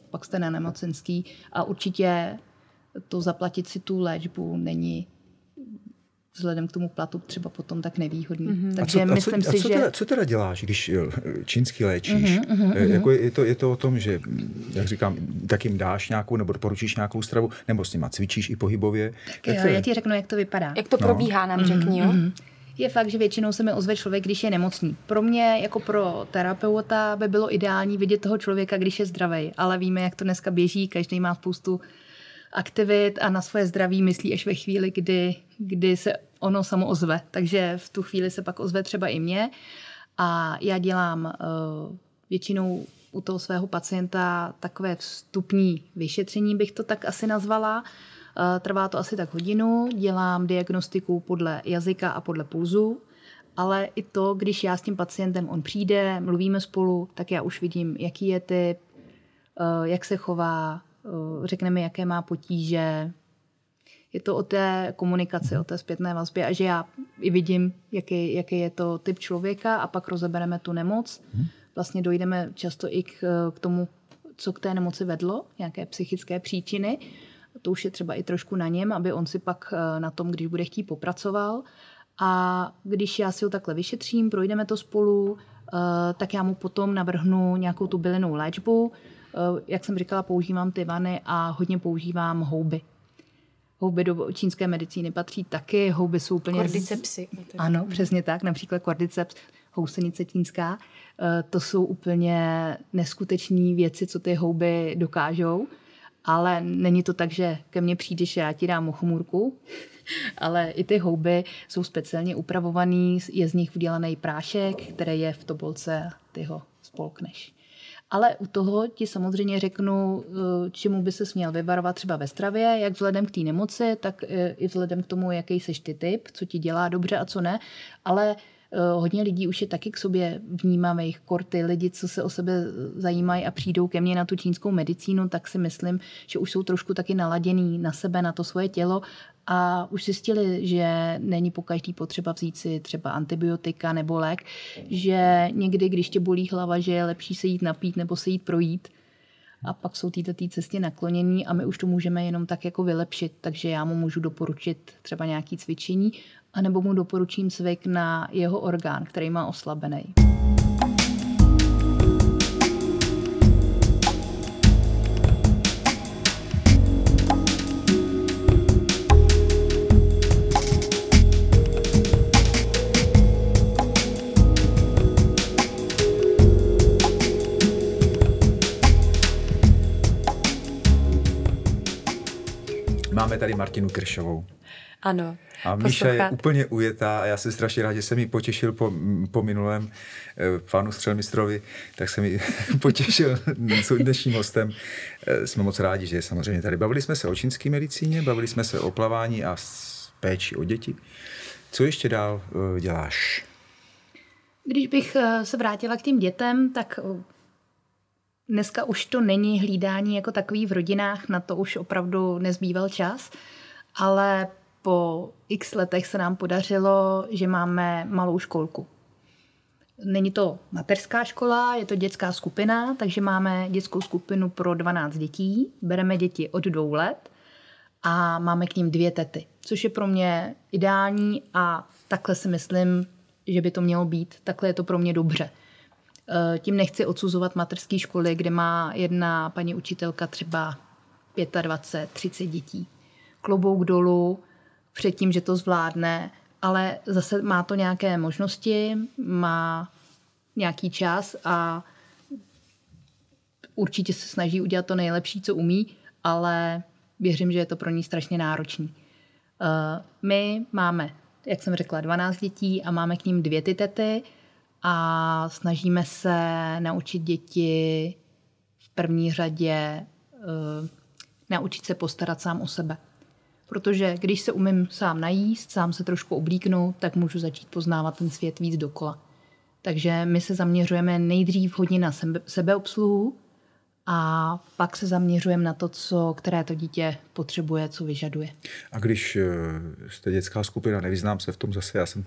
Speaker 3: pak jste na nemocenský a určitě to zaplatit si tu léčbu není vzhledem k tomu platu třeba potom tak nevýhodný. Mm-hmm. Takže
Speaker 1: a co,
Speaker 3: myslím
Speaker 1: a co,
Speaker 3: si,
Speaker 1: a co
Speaker 3: že...
Speaker 1: Teda, co teda děláš, když čínsky léčíš? Mm-hmm, mm-hmm. Jako je, to, je, to o tom, že, jak říkám, tak jim dáš nějakou, nebo doporučíš nějakou stravu, nebo s nima cvičíš i pohybově?
Speaker 3: Tak jo, já ti řeknu, jak to vypadá.
Speaker 2: Jak to no. probíhá, nám řekni, jo? Mm-hmm.
Speaker 3: Je fakt, že většinou se mi ozve člověk, když je nemocný. Pro mě, jako pro terapeuta, by bylo ideální vidět toho člověka, když je zdravý. Ale víme, jak to dneska běží, každý má spoustu aktivit a na svoje zdraví myslí až ve chvíli, kdy, kdy se ono samo ozve. Takže v tu chvíli se pak ozve třeba i mě. A já dělám uh, většinou u toho svého pacienta takové vstupní vyšetření, bych to tak asi nazvala. Uh, trvá to asi tak hodinu. Dělám diagnostiku podle jazyka a podle pulzu. Ale i to, když já s tím pacientem on přijde, mluvíme spolu, tak já už vidím, jaký je typ, uh, jak se chová, řekne mi, jaké má potíže. Je to o té komunikaci, o té zpětné vazbě a že já i vidím, jaký, jaký je to typ člověka a pak rozebereme tu nemoc. Vlastně dojdeme často i k, k tomu, co k té nemoci vedlo, nějaké psychické příčiny. To už je třeba i trošku na něm, aby on si pak na tom, když bude chtít, popracoval. A když já si ho takhle vyšetřím, projdeme to spolu, tak já mu potom navrhnu nějakou tu bylinnou léčbu. Jak jsem říkala, používám ty vany a hodně používám houby. Houby do čínské medicíny patří taky, houby jsou úplně...
Speaker 2: Cordycepsy.
Speaker 3: Ano, přesně tak, například cordyceps, housenice čínská. To jsou úplně neskutečné věci, co ty houby dokážou, ale není to tak, že ke mně přijdeš, já ti dám mochomůrku, ale i ty houby jsou speciálně upravovaný, je z nich udělaný prášek, který je v tobolce, ty ho spolkneš. Ale u toho ti samozřejmě řeknu, čemu by se směl vyvarovat třeba ve stravě, jak vzhledem k té nemoci, tak i vzhledem k tomu, jaký seš ty typ, co ti dělá dobře a co ne. Ale hodně lidí už je taky k sobě vnímavých, korty, lidi, co se o sebe zajímají a přijdou ke mně na tu čínskou medicínu, tak si myslím, že už jsou trošku taky naladěný na sebe, na to svoje tělo a už zjistili, že není pokaždý potřeba vzít si třeba antibiotika nebo lék, že někdy, když tě bolí hlava, že je lepší se jít napít nebo se jít projít a pak jsou této cestě naklonění a my už to můžeme jenom tak jako vylepšit, takže já mu můžu doporučit třeba nějaké cvičení anebo mu doporučím cvik na jeho orgán, který má oslabený.
Speaker 1: Máme tady Martinu Kršovou.
Speaker 2: Ano.
Speaker 1: A Míša je úplně ujetá a já jsem strašně rád, že jsem ji potěšil po, po minulém eh, panu střelmistrovi, tak jsem ji potěšil s dnešním hostem. Eh, jsme moc rádi, že je samozřejmě tady. Bavili jsme se o čínské medicíně, bavili jsme se o plavání a péči o děti. Co ještě dál eh, děláš?
Speaker 3: Když bych se vrátila k těm dětem, tak dneska už to není hlídání jako takový v rodinách, na to už opravdu nezbýval čas, ale po x letech se nám podařilo, že máme malou školku. Není to mateřská škola, je to dětská skupina, takže máme dětskou skupinu pro dvanáct dětí, bereme děti od dvou let a máme k ním dvě tety, což je pro mě ideální a takhle si myslím, že by to mělo být. Takhle je to pro mě dobře. Tím nechci odsuzovat mateřské školy, kde má jedna paní učitelka třeba dvacet pět, třicet dětí. Klobouk dolů před tím, že to zvládne, ale zase má to nějaké možnosti, má nějaký čas a určitě se snaží udělat to nejlepší, co umí, ale věřím, že je to pro ní strašně náročný. My máme, jak jsem řekla, dvanáct dětí a máme k ním dvě ty tety a snažíme se naučit děti v první řadě naučit se postarat sám o sebe. Protože když se umím sám najíst, sám se trošku oblíknout, tak můžu začít poznávat ten svět víc dokola. Takže my se zaměřujeme nejdřív hodně na sebe, sebeobsluhu a pak se zaměřujeme na to, co, které to dítě potřebuje, co vyžaduje.
Speaker 1: A když jste dětská skupina, nevyznám se v tom zase, já jsem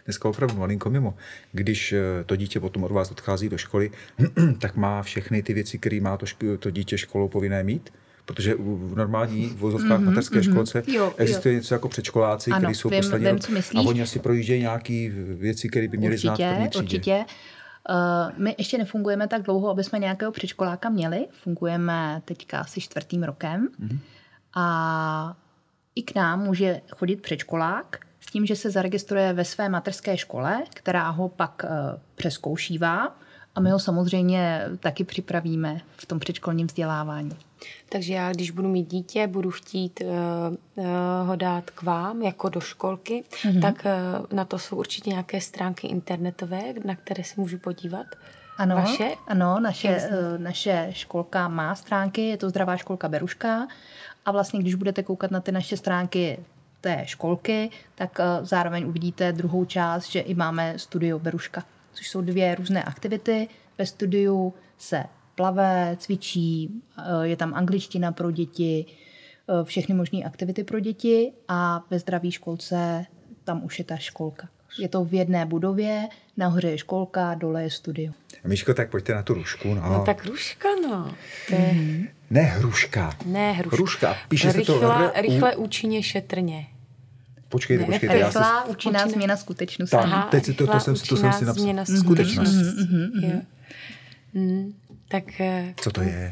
Speaker 1: dneska opravdu malinko mimo. Když to dítě potom od vás odchází do školy, tak má všechny ty věci, které má to, ško- to dítě školou povinné mít. Protože v normální vozovkách mm-hmm, mateřské mm-hmm. školce jo, existuje jo. něco jako předškoláci, kteří jsou poslední rok a oni asi projíždějí nějaké věci, které by měli
Speaker 3: určitě,
Speaker 1: znát v první třídě.
Speaker 3: Určitě. Uh, my ještě nefungujeme tak dlouho, aby jsme nějakého předškoláka měli. Fungujeme teďka asi čtvrtým rokem. Mm-hmm. A i k nám může chodit předškolák s tím, že se zaregistruje ve své mateřské škole, která ho pak uh, přezkoušívá. A my ho samozřejmě taky připravíme v tom předškolním vzdělávání.
Speaker 2: Takže já, když budu mít dítě, budu chtít uh, uh, ho dát k vám, jako do školky, mm-hmm. tak uh, na to jsou určitě nějaké stránky internetové, na které se můžu podívat.
Speaker 3: Ano,
Speaker 2: Vaše?
Speaker 3: ano naše, uh, naše školka má stránky, je to Zdravá školka Beruška. A vlastně, když budete koukat na ty naše stránky té školky, tak uh, zároveň uvidíte druhou část, že i máme studio Beruška, což jsou dvě různé aktivity. Ve studiu se plave, cvičí, je tam angličtina pro děti, všechny možné aktivity pro děti a ve Zdraví školce tam už je ta školka. Je to v jedné budově, nahoře je školka, dole je studio.
Speaker 1: Míško, tak pojďte na tu Hrušku. No,
Speaker 2: no tak Hruška, no. To je...
Speaker 1: mm. Ne Hruška.
Speaker 2: Ne Hruška.
Speaker 1: Hruška. Píše
Speaker 2: rychle,
Speaker 1: se to r-
Speaker 2: rychle, účinně, šetrně.
Speaker 1: Počkejte, ne, počkejte.
Speaker 3: Rychlá, já účinná účinná změna skutečnosti.
Speaker 1: Aha, teď rychlá, to, to, jsem, to jsem si napsal.
Speaker 2: Skutečnost.
Speaker 1: Mm-hmm,
Speaker 2: mm-hmm. Jo. Mm, tak...
Speaker 1: Co to je?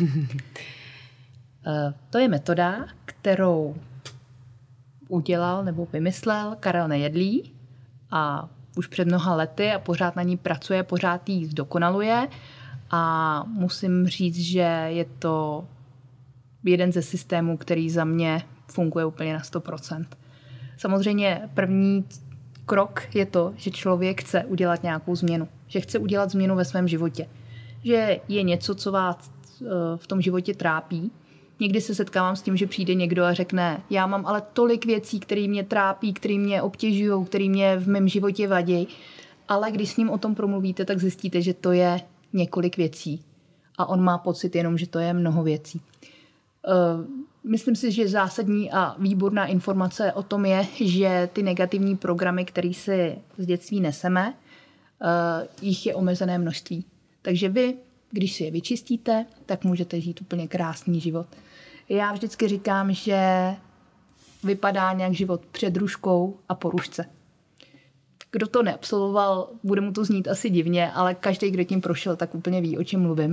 Speaker 3: To je metoda, kterou udělal nebo vymyslel Karel Nejedlý a už před mnoha lety a pořád na ní pracuje, pořád ji zdokonaluje a musím říct, že je to jeden ze systémů, který za mě funguje úplně na sto procent. Samozřejmě první krok je to, že člověk chce udělat nějakou změnu, že chce udělat změnu ve svém životě, že je něco, co vás v tom životě trápí. Někdy se setkávám s tím, že přijde někdo a řekne, já mám ale tolik věcí, které mě trápí, které mě obtěžují, které mě v mém životě vadí, ale když s ním o tom promluvíte, tak zjistíte, že to je několik věcí a on má pocit jenom, že to je mnoho věcí. Myslím si, že zásadní a výborná informace o tom je, že ty negativní programy, které si z dětství neseme, jich je omezené množství. Takže vy, když si je vyčistíte, tak můžete žít úplně krásný život. Já vždycky říkám, že vypadá nějak život před ruškou a po rušce. Kdo to neabsolvoval, bude mu to znít asi divně, ale každý, kdo tím prošel, tak úplně ví, o čem mluvím.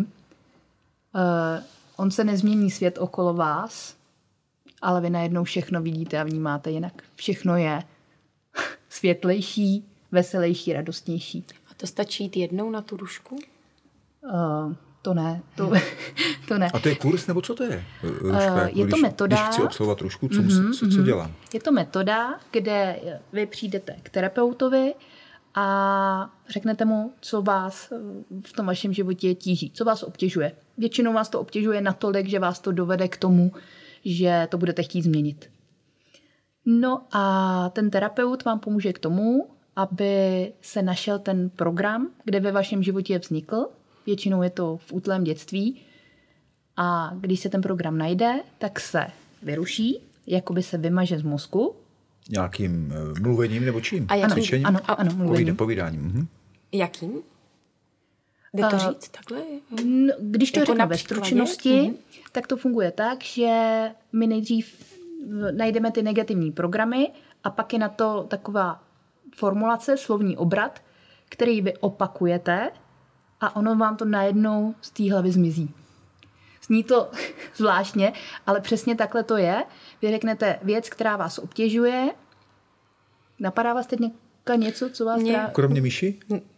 Speaker 3: Uh, on se nezmění svět okolo vás, ale vy najednou všechno vidíte a vnímáte jinak. Všechno je světlejší, veselější, radostnější.
Speaker 2: A to stačí jít jednou na tu rušku?
Speaker 3: Uh, to ne, to, to ne.
Speaker 1: A to je kurz, nebo co to je? Ruška,
Speaker 3: uh, je to když, metoda.
Speaker 1: Když chci absolvovat rušku, co, mm-hmm, co, co dělám?
Speaker 3: Je to metoda, kde vy přijdete k terapeutovi a řeknete mu, co vás v tom vašem životě tíží, co vás obtěžuje. Většinou vás to obtěžuje natolik, že vás to dovede k tomu, že to budete chtít změnit. No a ten terapeut vám pomůže k tomu, aby se našel ten program, kde ve vašem životě vznikl. Většinou je to v útlém dětství. A když se ten program najde, tak se vyruší, jakoby se vymaže z mozku.
Speaker 1: Nějakým uh, mluvením nebo čím?
Speaker 3: A jakým, cvičením? Ano, ano, mluvením.
Speaker 1: Povídáním. Mhm.
Speaker 2: Jakým? Jde to říct takhle?
Speaker 3: No, když to jako řeknu ve stručnosti, mm-hmm. tak to funguje tak, že my nejdřív najdeme ty negativní programy a pak je na to taková formulace, slovní obrat, který vy opakujete a ono vám to najednou z té hlavy zmizí. Zní to zvláštně, ale přesně takhle to je. Vy řeknete věc, která vás obtěžuje. Napadá vás teď něco, co vás...
Speaker 2: Mě...
Speaker 3: Trá...
Speaker 1: Kromě myši?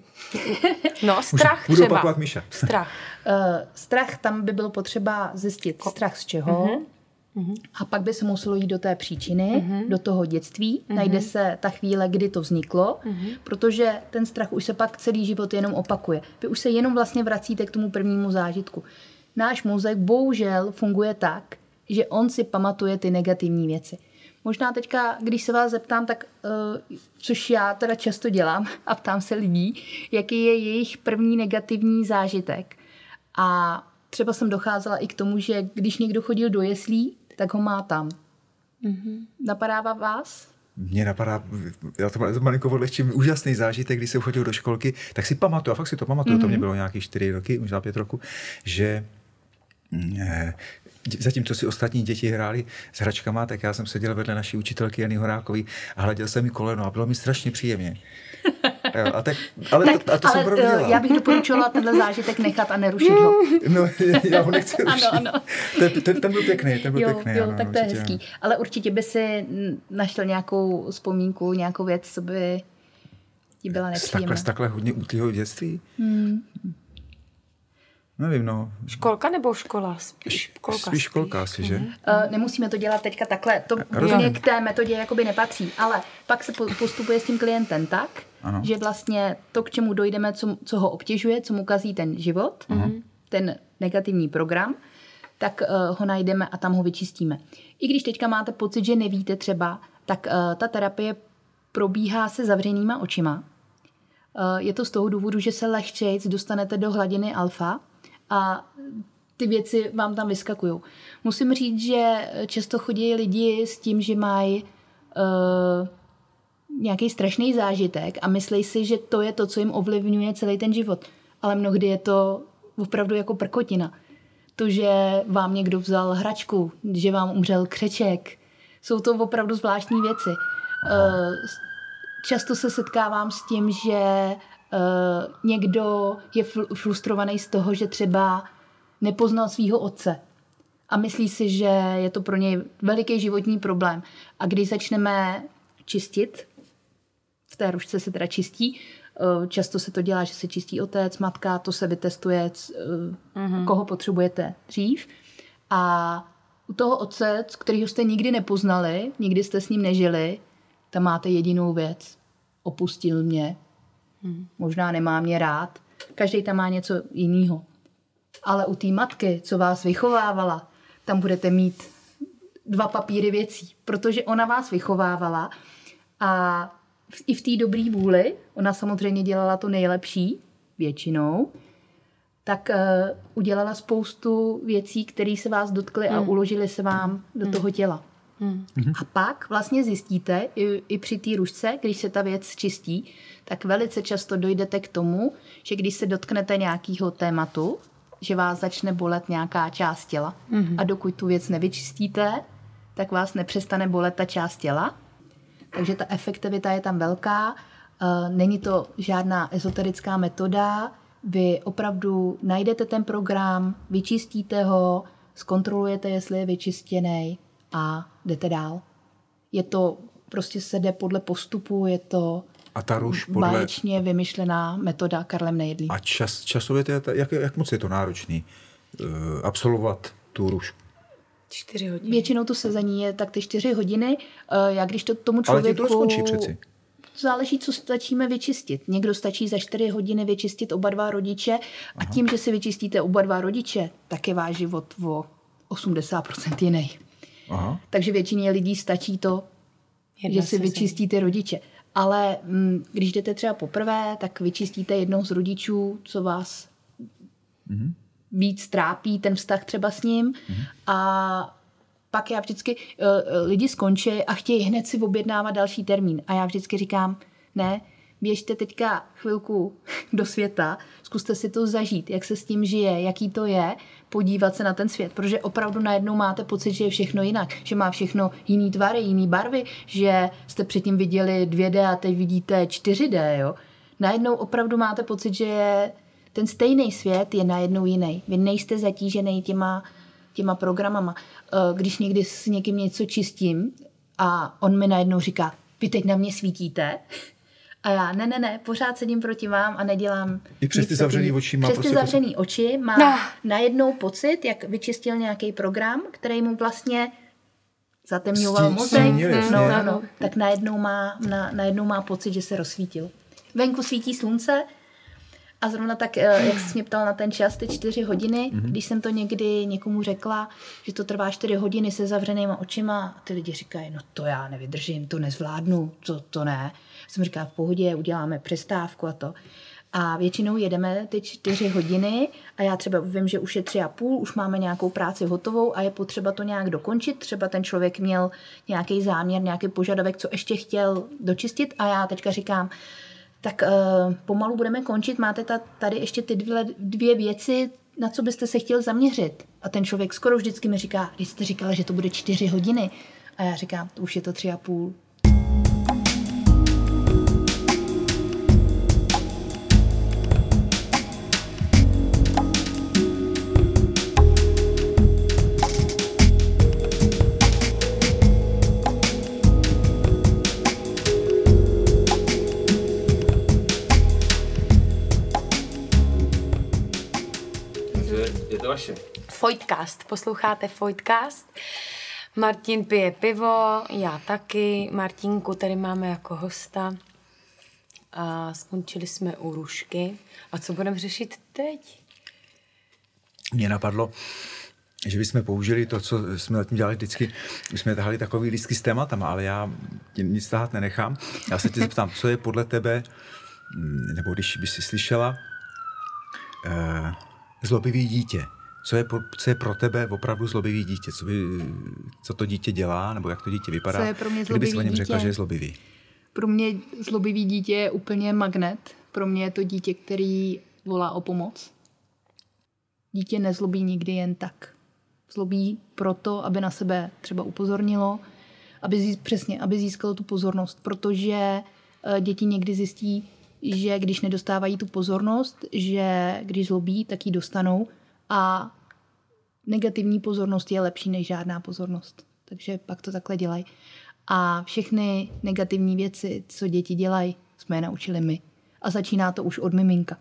Speaker 2: No, strach
Speaker 1: Budu
Speaker 2: třeba.
Speaker 1: Budu opakovat Míša.
Speaker 2: Strach.
Speaker 3: Uh, strach, tam by bylo potřeba zjistit strach z čeho. Uh-huh. Uh-huh. A pak by se muselo jít do té příčiny, uh-huh. do toho dětství. Uh-huh. Najde se ta chvíle, kdy to vzniklo, uh-huh. protože ten strach už se pak celý život jenom opakuje. Vy už se jenom vlastně vracíte k tomu prvnímu zážitku. Náš mozek bohužel funguje tak, že on si pamatuje ty negativní věci. Možná teďka, když se vás zeptám, tak, uh, což já teda často dělám a ptám se lidí, jaký je jejich první negativní zážitek. A třeba jsem docházela i k tomu, že když někdo chodil do jeslí, tak ho má tam. Mm-hmm. Napadá vás
Speaker 1: Mně napadá, já to malinko odlehčím, úžasný zážitek, když jsem chodil do školky, tak si pamatuju, a fakt si to pamatuju, mm-hmm. to mě bylo nějakých čtyři roky, možná pět roku, že eh, zatímco si ostatní děti hráli s hračkama, tak já jsem seděl vedle naší učitelky Jany Horákový a hladil jsem mi koleno a bylo mi strašně příjemně. Jo, a tak, ale
Speaker 3: tak,
Speaker 1: to, a to
Speaker 3: ale,
Speaker 1: jsem prodělal.
Speaker 3: Já bych doporučovala tenhle zážitek nechat a nerušit ho.
Speaker 1: No, já ho nechci rušit.
Speaker 3: Ano, ano.
Speaker 1: Ten, ten, ten byl pěkný, ten byl
Speaker 3: jo,
Speaker 1: pěkný.
Speaker 3: Jo,
Speaker 1: ano,
Speaker 3: tak to je
Speaker 1: určitě,
Speaker 3: hezký.
Speaker 1: ano.
Speaker 3: Ale určitě by si našel nějakou vzpomínku, nějakou věc, co by ti byla nepříjemná.
Speaker 1: Takhle, takhle hodně útlýho dětství?
Speaker 3: Hmm.
Speaker 1: Nevím, no.
Speaker 2: Školka nebo škola? Spíš školka.
Speaker 1: Spíš školka asi, že?
Speaker 3: Uh, nemusíme to dělat teďka takhle, to
Speaker 1: Rozumím.
Speaker 3: úplně k té metodě jakoby nepatří, ale pak se postupuje s tím klientem tak,
Speaker 1: Ano.
Speaker 3: že vlastně to, k čemu dojdeme, co, co ho obtěžuje, co mu kazí ten život, uh-huh. ten negativní program, tak uh, ho najdeme a tam ho vyčistíme. I když teďka máte pocit, že nevíte třeba, tak uh, ta terapie probíhá se zavřenýma očima. Uh, je to z toho důvodu, že se lehčejc dostanete do hladiny alfa a ty věci vám tam vyskakují. Musím říct, že často chodí lidi s tím, že mají uh, nějaký strašný zážitek a myslí si, že to je to, co jim ovlivňuje celý ten život. Ale mnohdy je to opravdu jako prkotina. To, že vám někdo vzal hračku, že vám umřel křeček, jsou to opravdu zvláštní věci. Uh, často se setkávám s tím, že Uh, někdo je fl- frustrovaný z toho, že třeba nepoznal svýho otce a myslí si, že je to pro něj veliký životní problém. A když začneme čistit, v té rušce se teda čistí, uh, často se to dělá, že se čistí otec, matka, to se vytestuje, uh, mm-hmm. koho potřebujete dřív. A u toho otce, kterýho jste nikdy nepoznali, nikdy jste s ním nežili, tam máte jedinou věc. Opustil mě. Hmm. Možná nemá mě rád. Každý tam má něco jiného. Ale u té matky, co vás vychovávala, tam budete mít dva papíry věcí. Protože ona vás vychovávala a i v té dobré vůli, ona samozřejmě dělala to nejlepší, většinou, tak uh, udělala spoustu věcí, které se vás dotkly hmm. a uložily se vám do hmm. toho těla. Hmm. A pak vlastně zjistíte, i, i při té rušce, když se ta věc čistí, tak velice často dojdete k tomu, že když se dotknete nějakého tématu, že vás začne bolet nějaká část těla. Hmm. A dokud tu věc nevyčistíte, tak vás nepřestane bolet ta část těla. Takže ta efektivita je tam velká. Není to žádná ezoterická metoda. Vy opravdu najdete ten program, vyčistíte ho, zkontrolujete, jestli je vyčistěný a jdete dál. Je to, prostě se jde podle postupu, je to
Speaker 1: a ta ruš podle...
Speaker 3: báječně vymyšlená metoda Karlem Nejedlým.
Speaker 1: A čas, časově, to, jak, jak moc je to náročný uh, absolvovat tu ruš?
Speaker 2: Čtyři hodiny.
Speaker 3: Většinou to sezení je tak ty čtyři hodiny. Uh, já když to tomu člověku...
Speaker 1: Ale tím to skončí přeci.
Speaker 3: Záleží, co stačíme vyčistit. Někdo stačí za čtyři hodiny vyčistit oba dva rodiče a Aha. tím, že si vyčistíte oba dva rodiče, tak je váš život o osmdesát procent jiný. Aha. Takže většině lidí stačí to, Jedna že si vyčistíte rodiče. Ale m, když jdete třeba poprvé, tak vyčistíte jednoho z rodičů, co vás mm-hmm. víc trápí, ten vztah třeba s ním. Mm-hmm. A pak já vždycky, uh, lidi skončí a chtějí hned si objednávat další termín. A já vždycky říkám, ne, běžte teďka chvilku do světa, zkuste si to zažít, jak se s tím žije, jaký to je, podívat se na ten svět, protože opravdu najednou máte pocit, že je všechno jinak, že má všechno jiný tvary, jiný barvy, že jste předtím viděli dvě dé a teď vidíte čtyři dé, jo. Najednou opravdu máte pocit, že ten stejný svět je najednou jiný. Vy nejste zatížený těma, těma programama. Když někdy s někým něco čistím a on mi najednou říká, vy teď na mě svítíte, a já, ne, ne, ne, pořád sedím proti vám a nedělám
Speaker 1: I přes ty zavřený oči má
Speaker 3: Přes
Speaker 1: prostě
Speaker 3: ty zavřený pocit... oči má
Speaker 2: no.
Speaker 3: najednou pocit, jak vyčistil nějaký program, který mu vlastně zatemňoval mozek. No, no, no, tak najednou má, na, najednou má pocit, že se rozsvítil. Venku svítí slunce a zrovna tak, jak jsi mě ptal na ten čas, ty čtyři hodiny, mm-hmm. když jsem to někdy někomu řekla, že to trvá čtyři hodiny se zavřenýma očima a ty lidi říkají, no to já nevydržím, to nezvládnu, to, to ne. Jsem říkala, v pohodě, uděláme přestávku a to.
Speaker 4: A většinou jedeme ty čtyři hodiny a já třeba vím, že už je tři a půl, už máme nějakou práci hotovou a je potřeba to nějak dokončit. Třeba ten člověk měl nějaký záměr, nějaký požadavek, co ještě chtěl dočistit a já teďka říkám, tak uh, pomalu budeme končit, máte tady ještě ty dvě, dvě věci, na co byste se chtěl zaměřit. A ten člověk skoro vždycky mi říká, když jste říkala, že to bude čtyři hodiny. A já říkám, to už je to tři a půl.
Speaker 2: Foytcast. Posloucháte Foytcast. Martin pije pivo, já taky. Martinku tady máme jako hosta. A skončili jsme u Rušky. A co budeme řešit teď?
Speaker 1: Mně napadlo, že bychom použili to, co jsme zatím dělali vždycky. My jsme tahali takový lístky s tématama, ale já nic tahat nenechám. Já se tě zeptám, co je podle tebe, nebo když bys si slyšela, eh, zlobivý dítě. Co je, pro, co je pro tebe opravdu zlobivý dítě? Co, by, co to dítě dělá, nebo jak to dítě vypadá?
Speaker 3: Co je pro mě zlobivý
Speaker 1: Kdybys o něm
Speaker 3: dítě?
Speaker 1: řekla, že je zlobivý.
Speaker 3: Pro mě zlobivý dítě je úplně magnet. Pro mě je to dítě, který volá o pomoc. Dítě nezlobí nikdy jen tak. Zlobí proto, aby na sebe třeba upozornilo, aby zí, přesně, aby získalo tu pozornost, protože děti někdy zjistí, že když nedostávají tu pozornost, že když zlobí, tak ji dostanou a negativní pozornost je lepší než žádná pozornost. Takže pak to takhle dělají. A všechny negativní věci, co děti dělají, jsme je naučili my. A začíná to už od miminka.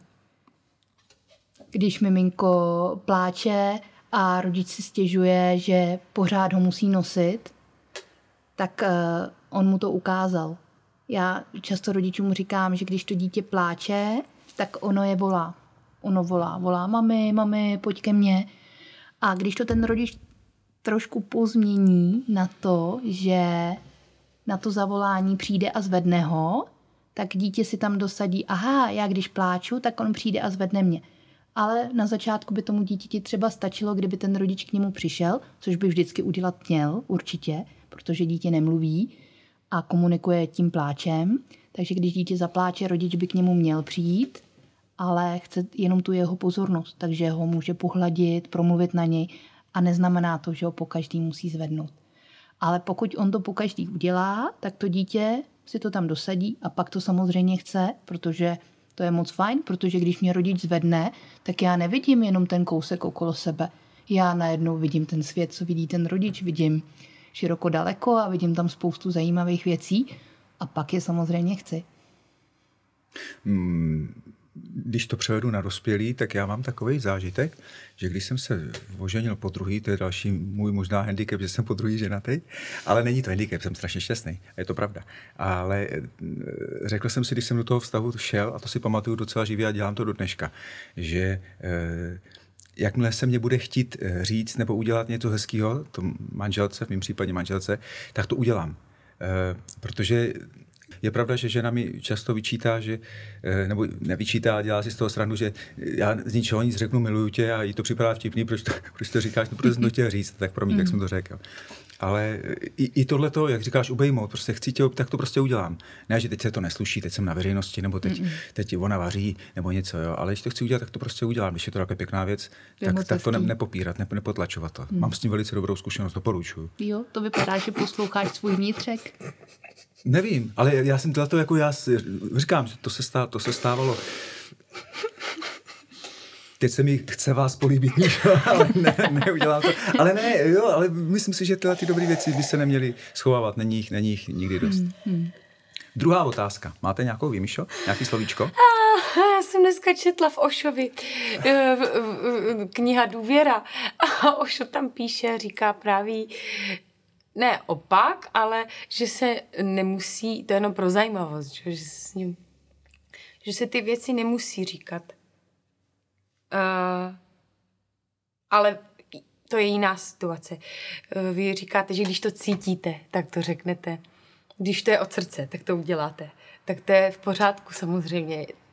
Speaker 3: Když miminko pláče a rodič si stěžuje, že pořád ho musí nosit, tak uh, on mu to ukázal. Já často rodičům říkám, že když to dítě pláče, tak ono je volá. Ono volá, volá mami, mami, pojď ke mně. A když to ten rodič trošku pozmění na to, že na to zavolání přijde a zvedne ho, tak dítě si tam dosadí, aha, já když pláču, tak on přijde a zvedne mě. Ale na začátku by tomu dítěti třeba stačilo, kdyby ten rodič k němu přišel, což by vždycky udělat měl, určitě, protože dítě nemluví a komunikuje tím pláčem. Takže když dítě zapláče, rodič by k němu měl přijít, ale chce jenom tu jeho pozornost, takže ho může pohladit, promluvit na něj a neznamená to, že ho pokaždý musí zvednout. Ale pokud on to pokaždý udělá, tak to dítě si to tam dosadí a pak to samozřejmě chce, protože to je moc fajn, protože když mě rodič zvedne, tak já nevidím jenom ten kousek okolo sebe. Já najednou vidím ten svět, co vidí ten rodič, vidím široko daleko a vidím tam spoustu zajímavých věcí a pak je samozřejmě chci.
Speaker 1: Hmm. Když to převedu na dospělý, tak já mám takový zážitek, že když jsem se oženil po druhý, to je další můj možná handicap, že jsem po druhý ženatý, ale není to handicap, jsem strašně šťastný, je to pravda. Ale řekl jsem si, když jsem do toho vztahu šel, a to si pamatuju docela živě a dělám to do dneška, že eh, jakmile se mě bude chtít říct nebo udělat něco hezkého, to manželce, v mém případě manželce, tak to udělám. Eh, protože je pravda, že žena mi často vyčítá, že, nebo nevyčítá, dělá si z toho srandu, že já z ničeho nic řeknu, miluju tě a jí to připadá vtipný, proč to, proč to říkáš, no protože jsem to chtěl říct, tak pro mě, mm. tak jsem to řekl. Ale i, i tohleto, jak říkáš, ubejmout, prostě chci tě, tak to prostě udělám. Ne, že teď se to nesluší, teď jsem na veřejnosti, nebo teď, mm. teď ona vaří, nebo něco, jo. Ale když to chci udělat, tak to prostě udělám. Když je to taková pěkná věc, tak, tak to ne, nepopírat, ne, nepotlačovat to. Mm. Mám s tím velice dobrou zkušenost, doporučuju.
Speaker 3: Jo, to vypadá, že posloucháš svůj vnitřek.
Speaker 1: Nevím, ale já jsem to jako já říkám, to se, stá, to se stávalo. Teď se mi chce vás políbit, ale ne, neudělám to. Ale ne, jo, ale myslím si, že tyhle ty dobré věci by se neměly schovávat, není jich, není jich nikdy dost. Hmm, hmm. Druhá otázka. Máte nějakou výmyšlo? Nějaký slovíčko?
Speaker 2: Ah, já jsem dneska četla v Ošovi kniha Důvěra a Ošo tam píše, říká právě ne opak, ale že se nemusí, to je jenom pro zajímavost, že, že, se s ním, že se ty věci nemusí říkat. Uh, ale to je jiná situace. Uh, vy říkáte, že když to cítíte, tak to řeknete. Když to je od srdce, tak to uděláte. Tak to je v pořádku samozřejmě.